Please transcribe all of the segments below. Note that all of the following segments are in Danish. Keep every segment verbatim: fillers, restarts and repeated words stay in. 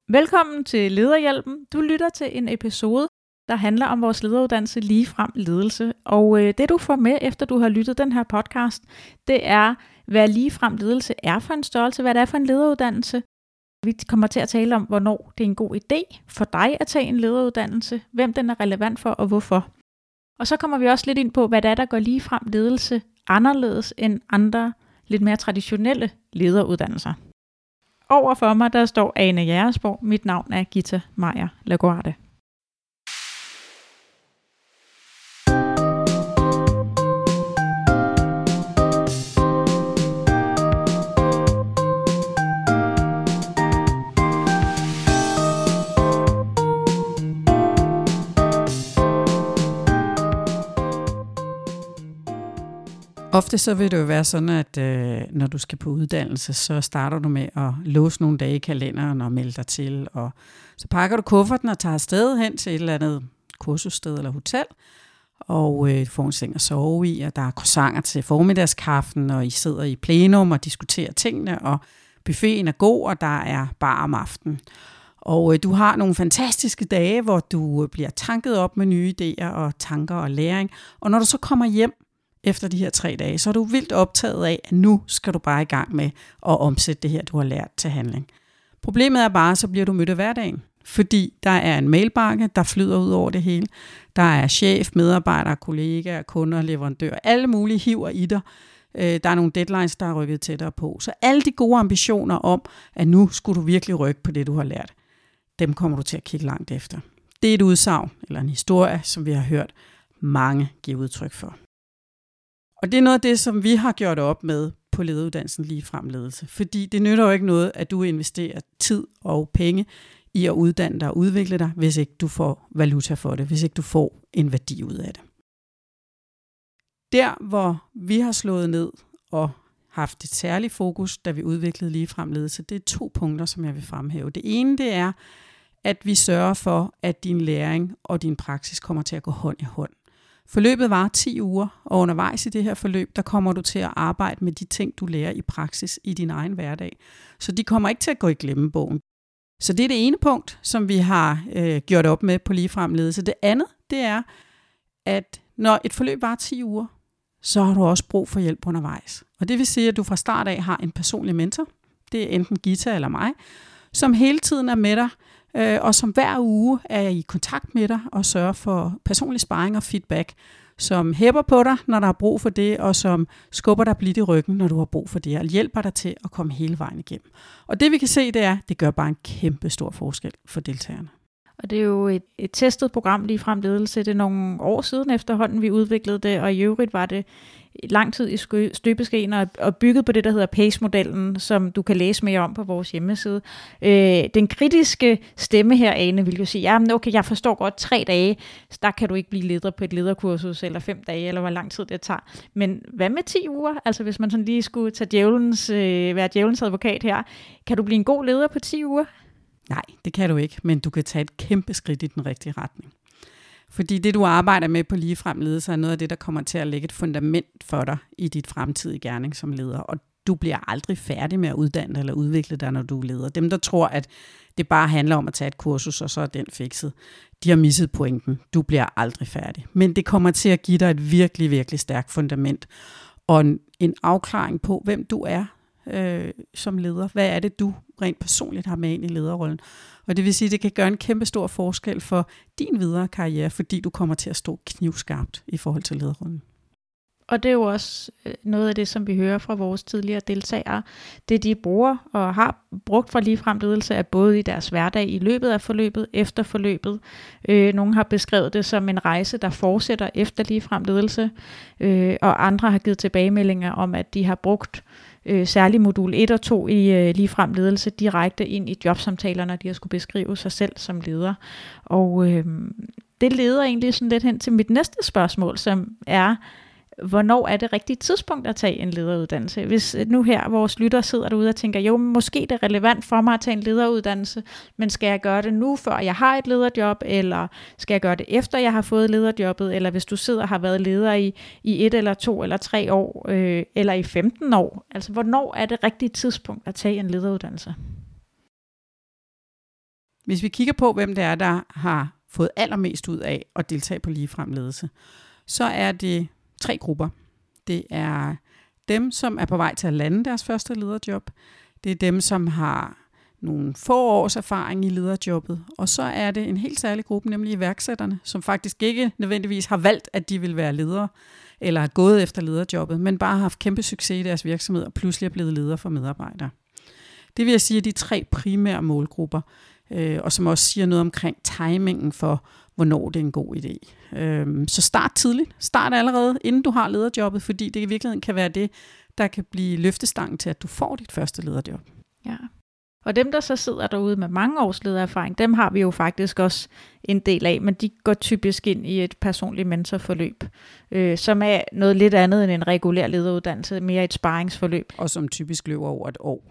Velkommen til Lederhjælpen. Du lytter til en episode, der handler om vores lederuddannelse Ligefrem Ledelse. Og øh, det du får med, efter du har lyttet den her podcast, det er, hvad Ligefrem Ledelse er for en størrelse, hvad det er for en lederuddannelse. Vi kommer til at tale om, hvornår det er en god idé for dig at tage en lederuddannelse, hvem den er relevant for og hvorfor. Og så kommer vi også lidt ind på, hvad det er, der gør Ligefrem Ledelse anderledes end andre, lidt mere traditionelle lederuddannelser. Over for mig, der står Ane Jægersborg. Mit navn er Gita Meyer Laguarde. Ofte så vil det jo være sådan, at øh, når du skal på uddannelse, så starter du med at låse nogle dage i kalenderen og melde dig til. Og så pakker du kufferten og tager afsted hen til et eller andet kursussted eller hotel. Og øh, du får en seng at sove i, og der er croissanter til formiddagskaffen, og I sidder i plenum og diskuterer tingene, og buffeten er god, og der er bar om aftenen. Og øh, du har nogle fantastiske dage, hvor du øh, bliver tanket op med nye idéer og tanker og læring. Og når du så kommer hjem, efter de her tre dage, så er du vildt optaget af, at nu skal du bare i gang med at omsætte det her, du har lært til handling. Problemet er bare, så bliver du mødt af hverdagen, fordi der er en mailbakke, der flyder ud over det hele. Der er chef, medarbejdere, kollegaer, kunder, leverandører, alle mulige hiver i dig. Der er nogle deadlines, der er rykket tættere på. Så alle de gode ambitioner om, at nu skulle du virkelig rykke på det, du har lært, dem kommer du til at kigge langt efter. Det er et udsagn, eller en historie, som vi har hørt mange give udtryk for. Og det er noget af det, som vi har gjort op med på lederuddannelsen Ligefrem Ledelse. Fordi det nytter jo ikke noget, at du investerer tid og penge i at uddanne dig og udvikle dig, hvis ikke du får valuta for det, hvis ikke du får en værdi ud af det. Der, hvor vi har slået ned og haft et særligt fokus, da vi udviklede Ligefrem Ledelse, det er to punkter, som jeg vil fremhæve. Det ene, det er, at vi sørger for, at din læring og din praksis kommer til at gå hånd i hånd. Forløbet varer ti uger, og undervejs i det her forløb, der kommer du til at arbejde med de ting, du lærer i praksis i din egen hverdag. Så de kommer ikke til at gå i glemmebogen. Så det er det ene punkt, som vi har øh, gjort op med på Ligefrem Ledelse. Det andet, det er, at når et forløb varer ti uger, så har du også brug for hjælp undervejs. Og det vil sige, at du fra start af har en personlig mentor. Det er enten Gita eller mig, som hele tiden er med dig, og som hver uge er i kontakt med dig og sørger for personlig sparring og feedback, som hæpper på dig, når der er brug for det, og som skubber dig blidt i ryggen, når du har brug for det, og hjælper dig til at komme hele vejen igennem. Og det vi kan se, det er, det gør bare en kæmpe stor forskel for deltagerne. Og det er jo et, et testet program Ligefrem Ledelse. Det er nogle år siden efterhånden, vi udviklede det, og i øvrigt var det lang tid i støbeskeen og, og bygget på det, der hedder PACE-modellen, som du kan læse mere om på vores hjemmeside. Øh, den kritiske stemme her, Ane, vil jo sige, ja, men okay, jeg forstår godt tre dage, der kan du ikke blive leder på et lederkursus, eller fem dage, eller hvor lang tid det tager. Men hvad med ti uger? Altså hvis man sådan lige skulle tage djævelens, øh, være djævelens advokat her, kan du blive en god leder på ti uger? Nej, det kan du ikke, men du kan tage et kæmpe skridt i den rigtige retning. Fordi det, du arbejder med på Ligefrem Ledelse, er noget af det, der kommer til at lægge et fundament for dig i dit fremtidige gerning som leder. Og du bliver aldrig færdig med at uddanne dig eller udvikle dig, når du er leder. Dem, der tror, at det bare handler om at tage et kursus, og så er den fikset, de har misset pointen. Du bliver aldrig færdig. Men det kommer til at give dig et virkelig, virkelig stærkt fundament og en, en afklaring på, hvem du er øh, som leder. Hvad er det, du rent personligt har med ind i lederrollen? Og det vil sige, at det kan gøre en kæmpe stor forskel for din videre karriere, fordi du kommer til at stå knivskarpt i forhold til lederrollen. Og det er jo også noget af det, som vi hører fra vores tidligere deltagere. Det de bruger og har brugt fra Ligefrem Ledelse er både i deres hverdag i løbet af forløbet, efter forløbet. Øh, nogle har beskrevet det som en rejse, der fortsætter efter Ligefrem Ledelse. Øh, og andre har givet tilbagemeldinger om, at de har brugt øh, særligt modul et og to i øh, Ligefrem Ledelse direkte ind i jobsamtaler, når de har skulle beskrive sig selv som leder. Og øh, det leder egentlig sådan lidt hen til mit næste spørgsmål, som er, hvornår er det rigtige tidspunkt at tage en lederuddannelse? Hvis nu her vores lytter sidder derude og tænker, jo, måske det er relevant for mig at tage en lederuddannelse, men skal jeg gøre det nu, før jeg har et lederjob, eller skal jeg gøre det efter jeg har fået lederjobbet, eller hvis du sidder og har været leder i, i et eller to eller tre år, øh, eller i femten år, altså hvornår er det rigtige tidspunkt at tage en lederuddannelse? Hvis vi kigger på, hvem det er, der har fået allermest ud af at deltage på ligefrem ledelse, så er det tre grupper. Det er dem, som er på vej til at lande deres første lederjob. Det er dem, som har nogle få års erfaring i lederjobbet. Og så er det en helt særlig gruppe, nemlig iværksætterne, som faktisk ikke nødvendigvis har valgt, at de vil være ledere, eller har gået efter lederjobbet, men bare har haft kæmpe succes i deres virksomhed, og pludselig er blevet leder for medarbejdere. Det vil jeg sige er de tre primære målgrupper, øh, og som også siger noget omkring timingen for, hvornår det er en god idé. Øh, så start tidligt. Start allerede, inden du har lederjobbet, fordi det i virkeligheden kan være det, der kan blive løftestangen til, at du får dit første lederjob. Ja. Og dem, der så sidder derude med mange års ledererfaring, dem har vi jo faktisk også en del af, men de går typisk ind i et personligt mentorforløb, øh, som er noget lidt andet end en regulær lederuddannelse, mere et sparringsforløb. Og som typisk løber over et år.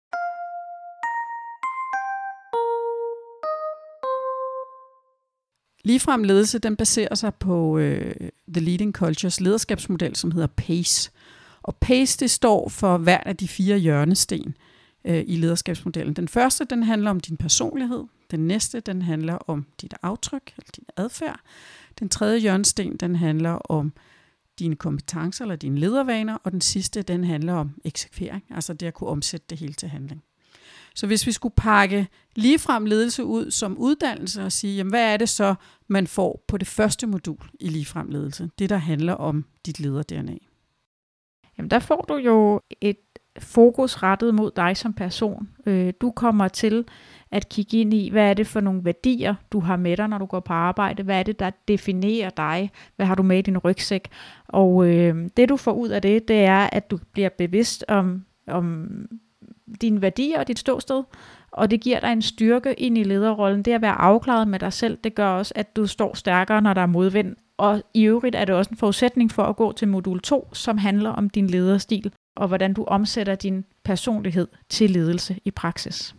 Ligefrem ledelse, den baserer sig på øh, The Leading Cultures lederskabsmodel, som hedder PACE. Og PACE, det står for hver af de fire hjørnesten øh, i lederskabsmodellen. Den første, den handler om din personlighed. Den næste, den handler om dit aftryk, eller din adfærd. Den tredje hjørnesten, den handler om dine kompetencer eller dine ledervaner. Og den sidste, den handler om eksekvering, altså det at kunne omsætte det hele til handling. Så hvis vi skulle pakke ligefrem ledelse ud som uddannelse og sige, jamen, hvad er det så, man får på det første modul i ligefrem ledelse? Det, der handler om dit leder-D N A. Jamen, der får du jo et fokus rettet mod dig som person. Du kommer til at kigge ind i, hvad er det for nogle værdier, du har med dig, når du går på arbejde? Hvad er det, der definerer dig? Hvad har du med i din rygsæk? Og øh, det, du får ud af det, det er, at du bliver bevidst om, om dine værdier og dit ståsted, og det giver dig en styrke ind i lederrollen. Det at være afklaret med dig selv, det gør også, at du står stærkere, når der er modvind. Og i øvrigt er det også en forudsætning for at gå til modul to, som handler om din lederstil, og hvordan du omsætter din personlighed til ledelse i praksis.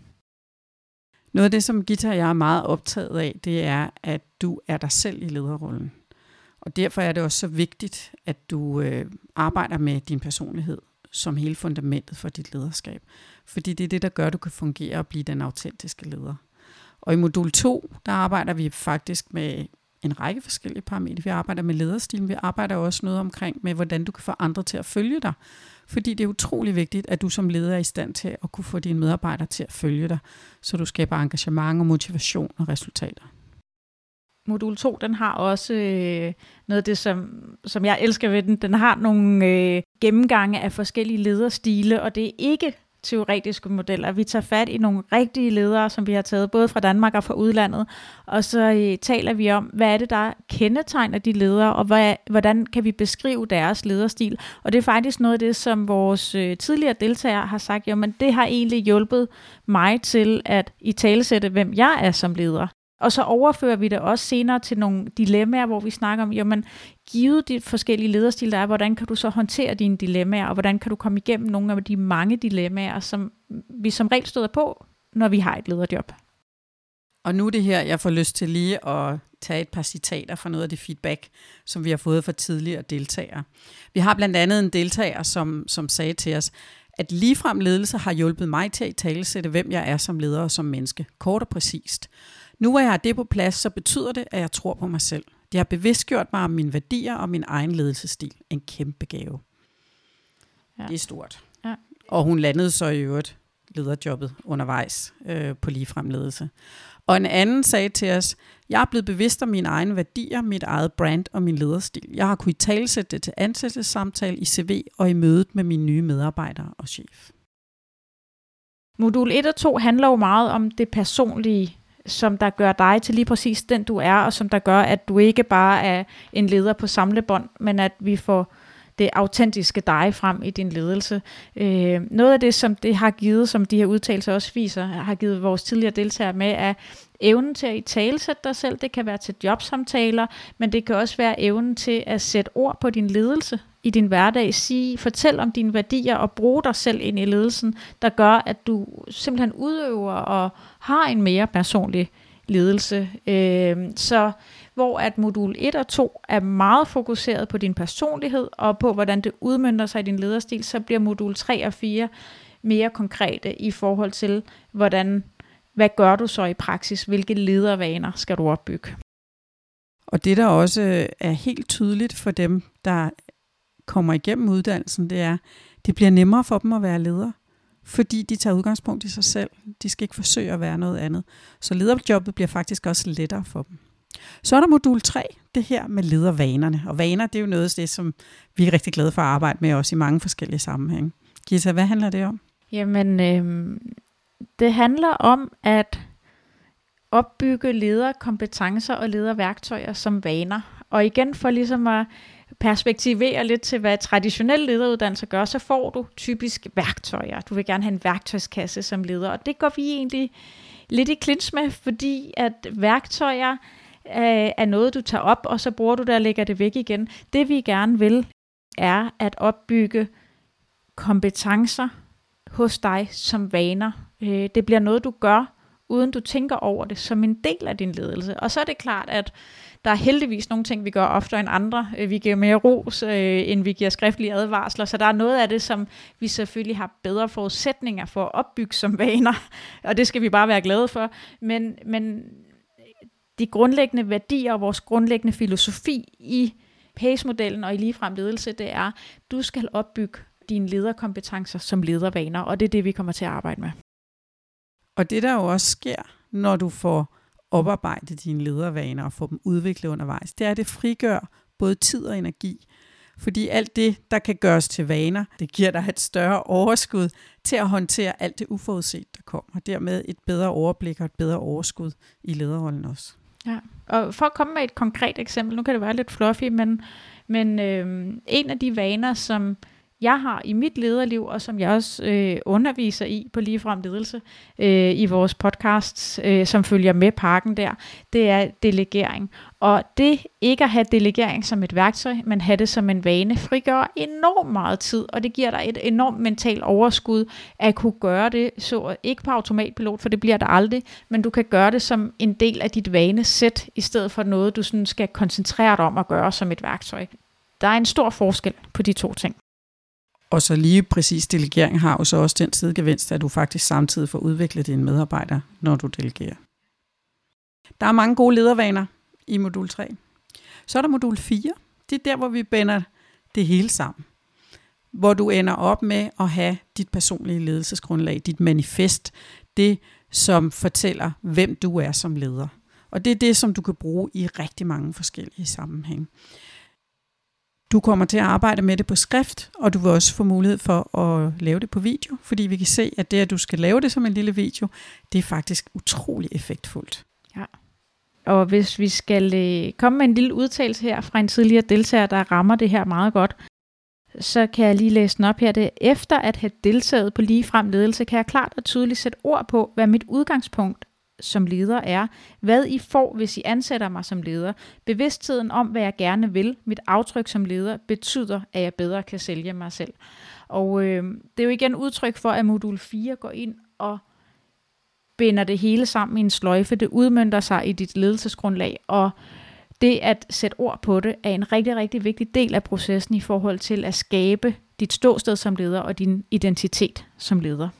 Noget af det, som Gita og jeg er meget optaget af, det er, at du er dig selv i lederrollen. Og derfor er det også så vigtigt, at du øh, arbejder med din personlighed som hele fundamentet for dit lederskab. Fordi det er det, der gør, at du kan fungere og blive den autentiske leder. Og i modul to, der arbejder vi faktisk med en række forskellige parametre. Vi arbejder med lederstil, vi arbejder også noget omkring med, hvordan du kan få andre til at følge dig. Fordi det er utrolig vigtigt, at du som leder er i stand til at kunne få dine medarbejdere til at følge dig, så du skaber engagement og motivation og resultater. Modul to, den har også øh, noget af det, som, som jeg elsker ved den. Den har nogle øh, gennemgange af forskellige lederstile, og det er ikke teoretiske modeller. Vi tager fat i nogle rigtige ledere, som vi har taget både fra Danmark og fra udlandet, og så øh, taler vi om, hvad er det, der kendetegner de ledere, og hvad, hvordan kan vi beskrive deres lederstil. Og det er faktisk noget af det, som vores øh, tidligere deltagere har sagt, jo, men det har egentlig hjulpet mig til at italesætte, hvem jeg er som leder. Og så overfører vi det også senere til nogle dilemmaer, hvor vi snakker om, jamen, givet de forskellige lederstil, der er, hvordan kan du så håndtere dine dilemmaer, og hvordan kan du komme igennem nogle af de mange dilemmaer, som vi som regel støder på, når vi har et lederjob. Og nu er det her, jeg får lyst til lige at tage et par citater fra noget af det feedback, som vi har fået fra tidligere deltagere. Vi har blandt andet en deltager, som, som sagde til os, at ligefrem ledelse har hjulpet mig til at italesætte, hvem jeg er som leder og som menneske, kort og præcist. Nu hvor jeg har det på plads, så betyder det, at jeg tror på mig selv. Det har bevidstgjort mig om mine værdier og min egen ledelsesstil. En kæmpe gave. Ja. Det er stort. Ja. Og hun landede så i øvrigt lederjobbet undervejs øh, på ligefrem ledelse. Og en anden sagde til os, jeg er blevet bevidst om mine egne værdier, mit eget brand og min lederstil. Jeg har kunnet italesætte det til ansættelsessamtale i C V og i mødet med mine nye medarbejdere og chef. Modul et og to handler jo meget om det personlige, som der gør dig til lige præcis den du er, og som der gør, at du ikke bare er en leder på samlebånd, men at vi får det autentiske dig frem i din ledelse. Øh, noget af det, som det har givet, som de her udtalelser også viser, har givet vores tidligere deltagere med, er evnen til at italesætte dig selv. Det kan være til jobsamtaler, men det kan også være evnen til at sætte ord på din ledelse i din hverdag. Sige, fortæl om dine værdier og bruge dig selv ind i ledelsen, der gør, at du simpelthen udøver og har en mere personlig ledelse. Øh, så hvor at modul et og to er meget fokuseret på din personlighed og på, hvordan det udmønter sig i din lederstil, så bliver modul tre og fire mere konkrete i forhold til, hvordan hvad gør du så i praksis? Hvilke ledervaner skal du opbygge? Og det, der også er helt tydeligt for dem, der kommer igennem uddannelsen, det er, det bliver nemmere for dem at være ledere, fordi de tager udgangspunkt i sig selv. De skal ikke forsøge at være noget andet. Så lederjobbet bliver faktisk også lettere for dem. Så er der modul tre, det her med ledervanerne. Og vaner, det er jo noget af det, som vi er rigtig glade for at arbejde med også i mange forskellige sammenhænge. Gita, hvad handler det om? Jamen, øh, det handler om at opbygge lederkompetencer og lederværktøjer som vaner. Og igen for ligesom at perspektivere lidt til, hvad traditionelle lederuddannelser gør, så får du typisk værktøjer. Du vil gerne have en værktøjskasse som leder, og det går vi egentlig lidt i clinch med, fordi at værktøjer øh, er noget, du tager op, og så bruger du det og lægger det væk igen. Det vi gerne vil, er at opbygge kompetencer hos dig som vaner. Øh, det bliver noget, du gør, uden du tænker over det, som en del af din ledelse. Og så er det klart, at der er heldigvis nogle ting, vi gør oftere end andre. Vi giver mere ros, øh, end vi giver skriftlige advarsler. Så der er noget af det, som vi selvfølgelig har bedre forudsætninger for at opbygge som vaner. Og det skal vi bare være glade for. Men, men de grundlæggende værdier og vores grundlæggende filosofi i PACE-modellen og i ligefrem ledelse, det er, du skal opbygge dine lederkompetencer som ledervaner. Og det er det, vi kommer til at arbejde med. Og det, der jo også sker, når du får oparbejde dine ledervaner og få dem udviklet undervejs, det er, at det frigør både tid og energi. Fordi alt det, der kan gøres til vaner, det giver dig et større overskud til at håndtere alt det uforudset, der kommer. Og dermed et bedre overblik og et bedre overskud i lederrollen også. Ja, og for at komme med et konkret eksempel, nu kan det være lidt fluffy, men, men øh, en af de vaner, som jeg har i mit lederliv, og som jeg også øh, underviser i på ligefrem ledelse øh, i vores podcasts, øh, som følger med pakken der, det er delegering. Og det ikke at have delegering som et værktøj, men have det som en vane, frigør enormt meget tid, og det giver dig et enormt mentalt overskud at kunne gøre det, så ikke på automatpilot, for det bliver der aldrig, men du kan gøre det som en del af dit vanesæt, i stedet for noget, du sådan skal koncentrere dig om at gøre som et værktøj. Der er en stor forskel på de to ting. Og så lige præcis delegering har jo så også den sidegevinst, at du faktisk samtidig får udviklet dine medarbejdere, når du delegerer. Der er mange gode ledervaner i modul tre. Så er der modul fire. Det er der, hvor vi binder det hele sammen. Hvor du ender op med at have dit personlige ledelsesgrundlag, dit manifest, det som fortæller, hvem du er som leder. Og det er det, som du kan bruge i rigtig mange forskellige sammenhænge. Du kommer til at arbejde med det på skrift, og du vil også få mulighed for at lave det på video, fordi vi kan se, at det, at du skal lave det som en lille video, det er faktisk utrolig effektfuldt. Ja. Og hvis vi skal øh, komme med en lille udtalelse her fra en tidligere deltager, der rammer det her meget godt, så kan jeg lige læse den op her. Det efter at have deltaget på ligefrem ledelse, kan jeg klart og tydeligt sætte ord på, hvad mit udgangspunkt som leder er, hvad I får, hvis I ansætter mig som leder. Bevidstheden om, hvad jeg gerne vil, mit aftryk som leder, betyder, at jeg bedre kan sælge mig selv. Og øh, det er jo igen udtryk for, at modul fire går ind og binder det hele sammen i en sløjfe. Det udmønter sig i dit ledelsesgrundlag, og det at sætte ord på det, er en rigtig, rigtig vigtig del af processen i forhold til at skabe dit ståsted som leder og din identitet som leder.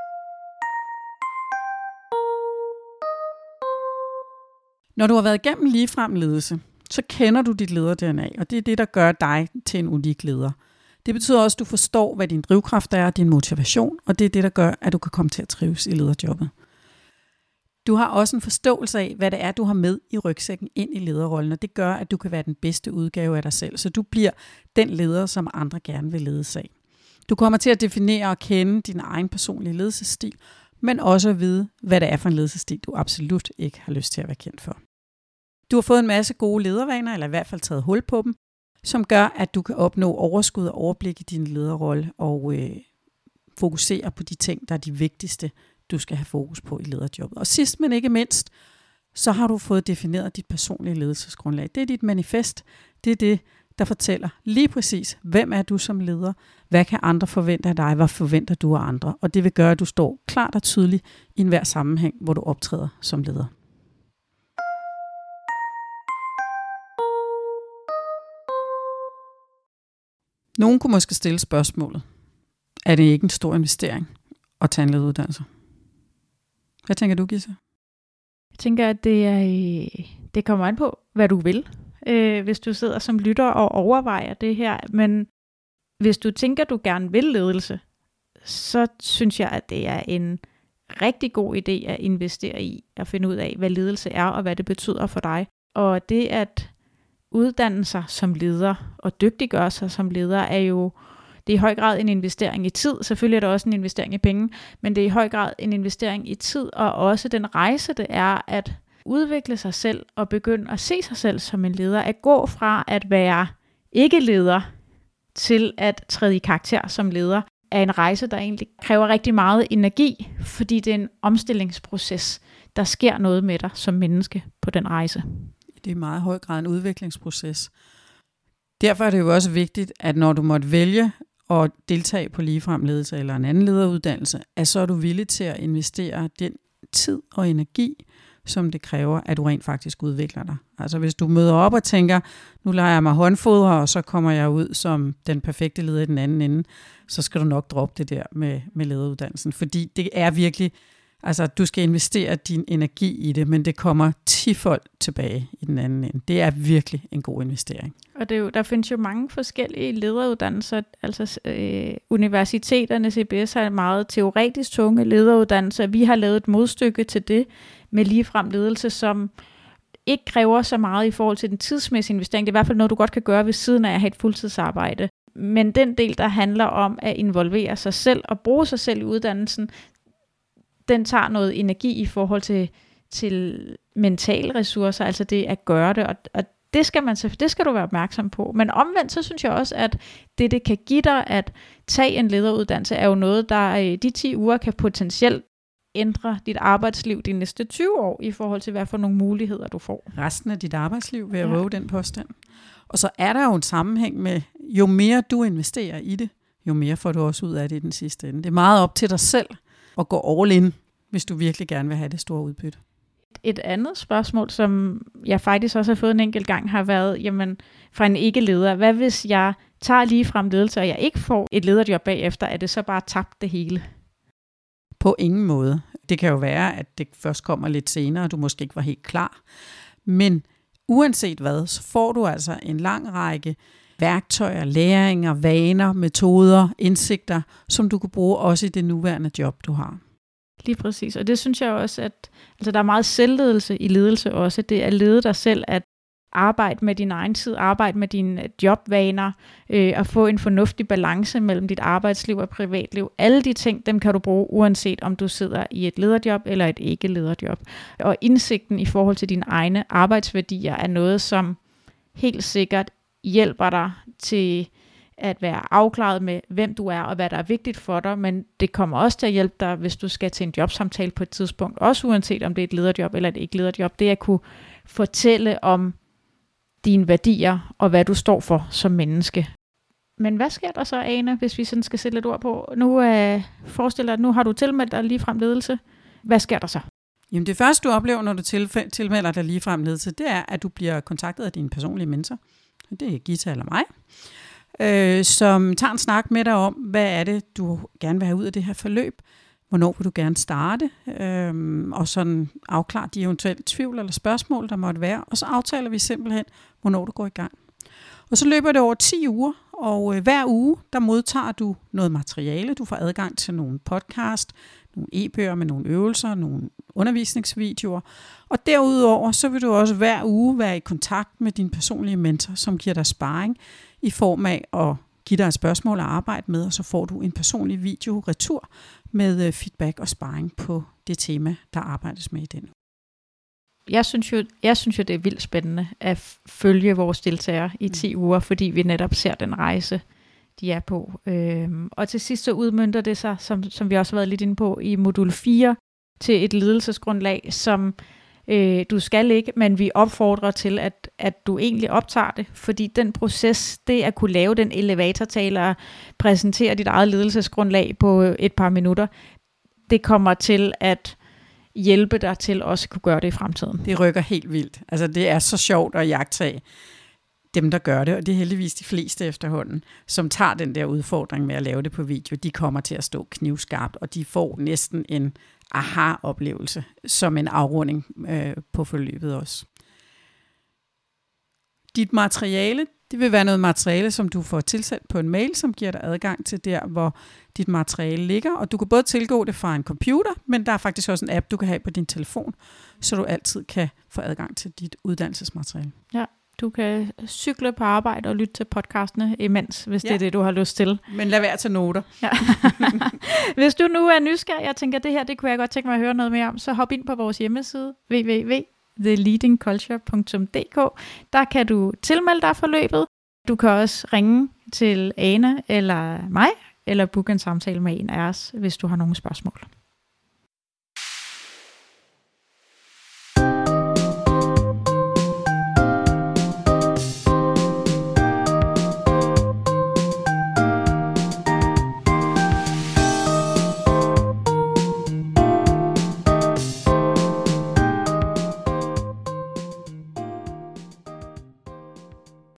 Når du har været igennem ligefrem ledelse, så kender du dit leder-D N A, og det er det, der gør dig til en unik leder. Det betyder også, at du forstår, hvad din drivkraft er, din motivation, og det er det, der gør, at du kan komme til at trives i lederjobbet. Du har også en forståelse af, hvad det er, du har med i rygsækken ind i lederrollen, og det gør, at du kan være den bedste udgave af dig selv, så du bliver den leder, som andre gerne vil ledes af. Du kommer til at definere og kende din egen personlige ledelsesstil, men også at vide, hvad det er for en ledelsesstil, du absolut ikke har lyst til at være kendt for. Du har fået en masse gode ledervaner, eller i hvert fald taget hul på dem, som gør, at du kan opnå overskud og overblik i din lederrolle og øh, fokusere på de ting, der er de vigtigste, du skal have fokus på i lederjobbet. Og sidst, men ikke mindst, så har du fået defineret dit personlige ledelsesgrundlag. Det er dit manifest. Det er det, der fortæller lige præcis, hvem er du som leder, hvad kan andre forvente af dig, hvad forventer du af andre. Og det vil gøre, at du står klart og tydeligt i enhver sammenhæng, hvor du optræder som leder. Nogen kunne måske stille spørgsmålet, er det ikke en stor investering at tage en lederuddannelse? Hvad tænker du, Gisa? Jeg tænker, at det, er, det kommer an på, hvad du vil, øh, hvis du sidder som lytter og overvejer det her. Men hvis du tænker, at du gerne vil ledelse, så synes jeg, at det er en rigtig god idé at investere i at finde ud af, hvad ledelse er og hvad det betyder for dig. Og det at uddanne sig som leder og dygtiggøre sig som leder er jo det er i høj grad en investering i tid. Selvfølgelig er det også en investering i penge, men det er i høj grad en investering i tid, og også den rejse, det er at udvikle sig selv og begynde at se sig selv som en leder. At gå fra at være ikke leder til at træde i karakter som leder, er en rejse, der egentlig kræver rigtig meget energi, fordi det er en omstillingsproces. Der sker noget med dig som menneske på den rejse. Det er i meget høj grad en udviklingsproces. Derfor er det jo også vigtigt, at når du måtte vælge at deltage på ligefrem ledelse eller en anden lederuddannelse, at så er du villig til at investere den tid og energi, som det kræver, at du rent faktisk udvikler dig. Altså hvis du møder op og tænker, nu leger jeg mig håndfodre, og så kommer jeg ud som den perfekte leder i den anden ende, så skal du nok droppe det der med, med lederuddannelsen. Fordi det er virkelig, altså du skal investere din energi i det, men det kommer tifold tilbage i den anden ende. Det er virkelig en god investering. Og det er jo, der findes jo mange forskellige lederuddannelser. Altså øh, universiteterne, C B S har meget teoretisk tunge lederuddannelser. Vi har lavet et modstykke til det med ligefrem ledelse, som ikke kræver så meget i forhold til den tidsmæssige investering. Det er i hvert fald noget, du godt kan gøre ved siden af at have et fuldtidsarbejde. Men den del, der handler om at involvere sig selv og bruge sig selv i uddannelsen, den tager noget energi i forhold til, til mentale ressourcer, altså det at gøre det, og, og det skal man det skal du være opmærksom på. Men omvendt, så synes jeg også, at det, det kan give dig at tage en lederuddannelse, er jo noget, der de ti uger kan potentielt ændre dit arbejdsliv de næste tyve år, i forhold til, hvad for nogle muligheder du får. Resten af dit arbejdsliv, vil jeg ja. våge den påstand. Og så er der jo en sammenhæng med, jo mere du investerer i det, jo mere får du også ud af det i den sidste ende. Det er meget op til dig selv at gå all in, hvis du virkelig gerne vil have det store udbytte. Et andet spørgsmål, som jeg faktisk også har fået en enkelt gang, har været, jamen, fra en ikke-leder. Hvad hvis jeg tager lige frem ledelse, og jeg ikke får et lederjob bagefter, er det så bare tabt det hele? På ingen måde. Det kan jo være, at det først kommer lidt senere, og du måske ikke var helt klar. Men uanset hvad, så får du altså en lang række værktøjer, læringer, vaner, metoder, indsigter, som du kan bruge også i det nuværende job, du har. Lige præcis, og det synes jeg også, at altså, der er meget selvledelse i ledelse også. Det er at lede dig selv, at arbejde med din egen tid, arbejde med dine jobvaner, øh, og få en fornuftig balance mellem dit arbejdsliv og privatliv. Alle de ting, dem kan du bruge, uanset om du sidder i et lederjob eller et ikke-lederjob. Og indsigten i forhold til dine egne arbejdsværdier er noget, som helt sikkert hjælper dig til at være afklaret med, hvem du er og hvad der er vigtigt for dig, men det kommer også til at hjælpe dig, hvis du skal til en jobsamtale på et tidspunkt, også uanset om det er et lederjob eller et ikke-lederjob, det er at kunne fortælle om dine værdier og hvad du står for som menneske. Men hvad sker der så, Ane, hvis vi sådan skal sætte lidt ord på? Nu øh, forestiller dig, at nu har du tilmeldt dig ligefrem ledelse. Hvad sker der så? Jamen det første, du oplever, når du tilf- tilmelder dig ligefrem ledelse, det er, at du bliver kontaktet af din personlige mentor. Det er Gita eller mig. Øh, som tager en snak med dig om, hvad er det, du gerne vil have ud af det her forløb, hvornår vil du gerne starte, øh, og sådan afklare de eventuelle tvivl eller spørgsmål, der måtte være, og så aftaler vi simpelthen, hvornår du går i gang. Og så løber det over ti uger, og øh, hver uge, der modtager du noget materiale, du får adgang til nogle podcast, nogle e-bøger med nogle øvelser, nogle undervisningsvideoer, og derudover, så vil du også hver uge være i kontakt med din personlige mentor, som giver dig sparring, i form af at give dig et spørgsmål at arbejde med, og så får du en personlig video retur med feedback og sparring på det tema, der arbejdes med i den. Jeg synes jo, jeg synes jo det er vildt spændende at følge vores deltagere i ti mm. uger, fordi vi netop ser den rejse, de er på. Øhm, og til sidst så udmønter det sig, som, som vi også har været lidt inde på, i modul fire til et ledelsesgrundlag, som øh, du skal ikke, men vi opfordrer til, at, at du egentlig optager det, fordi den proces, det at kunne lave den elevatortale og præsentere dit eget ledelsesgrundlag på et par minutter, det kommer til at hjælpe dig til også at kunne gøre det i fremtiden. Det rykker helt vildt. Altså det er så sjovt at jagttage dem, der gør det, og det er heldigvis de fleste efterhånden, som tager den der udfordring med at lave det på video. De kommer til at stå knivskarpt, og de får næsten en aha-oplevelse som en afrunding øh, på forløbet også. Dit materiale, det vil være noget materiale, som du får tilsendt på en mail, som giver dig adgang til der, hvor dit materiale ligger. Og du kan både tilgå det fra en computer, men der er faktisk også en app, du kan have på din telefon, så du altid kan få adgang til dit uddannelsesmateriale. Ja, du kan cykle på arbejde og lytte til podcastene imens, hvis ja. det er det, du har lyst til. Men lad være til noter. Ja. Hvis du nu er nysgerrig, jeg tænker, det her, det kunne jeg godt tænke mig at høre noget mere om, så hop ind på vores hjemmeside, w w w punktum the leading culture punktum d k. Der kan du tilmelde dig forløbet. Du kan også ringe til Ane eller mig, eller booke en samtale med en af os, hvis du har nogle spørgsmål.